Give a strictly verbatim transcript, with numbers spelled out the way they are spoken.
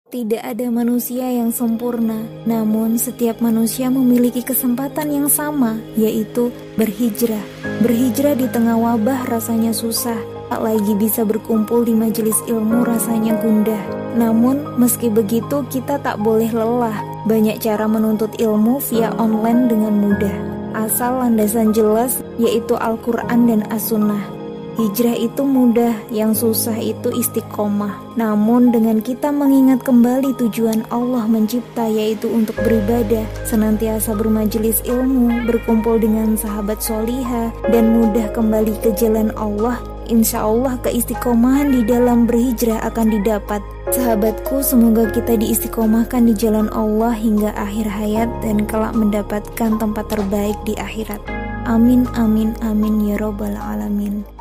Tidak ada manusia yang sempurna, namun setiap manusia memiliki kesempatan yang sama, yaitu berhijrah. Berhijrah di tengah wabah rasanya susah, tak lagi bisa berkumpul di majelis ilmu rasanya gundah. Namun, meski begitu kita tak boleh lelah. Banyak cara menuntut ilmu via online dengan mudah. Asal landasan jelas, yaitu Al-Quran dan As-Sunnah. Hijrah itu mudah, yang susah itu istiqomah. Namun dengan kita mengingat kembali tujuan Allah mencipta, yaitu untuk beribadah, senantiasa bermajelis ilmu, berkumpul dengan sahabat solihah, dan mudah kembali ke jalan Allah, insya Allah keistiqomahan di dalam berhijrah akan didapat. Sahabatku, semoga kita diistiqomahkan di jalan Allah hingga akhir hayat dan kelak mendapatkan tempat terbaik di akhirat. Amin, amin, amin, ya robbal alamin.